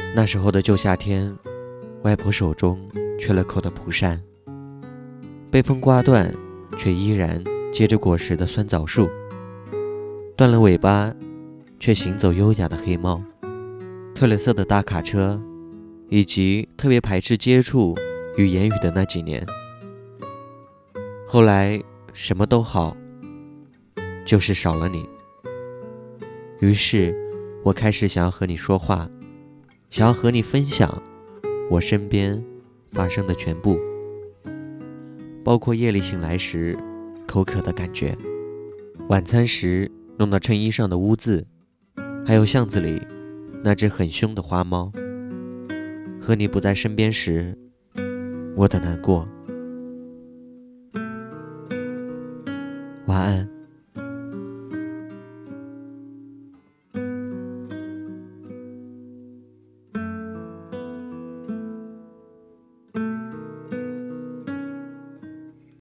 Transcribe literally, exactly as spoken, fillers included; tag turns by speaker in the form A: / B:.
A: 那时候的旧夏天，外婆手中缺了口的蒲扇，被风刮断却依然结着果实的酸枣树，断了尾巴却行走优雅的黑猫，褪了色的大卡车，以及特别排斥接触与言语的那几年。后来什么都好，就是少了你。于是我开始想要和你说话，想要和你分享我身边发生的全部，包括夜里醒来时口渴的感觉，晚餐时弄到衬衣上的污渍，还有巷子里那只很凶的花猫，和你不在身边时我的难过。晚安。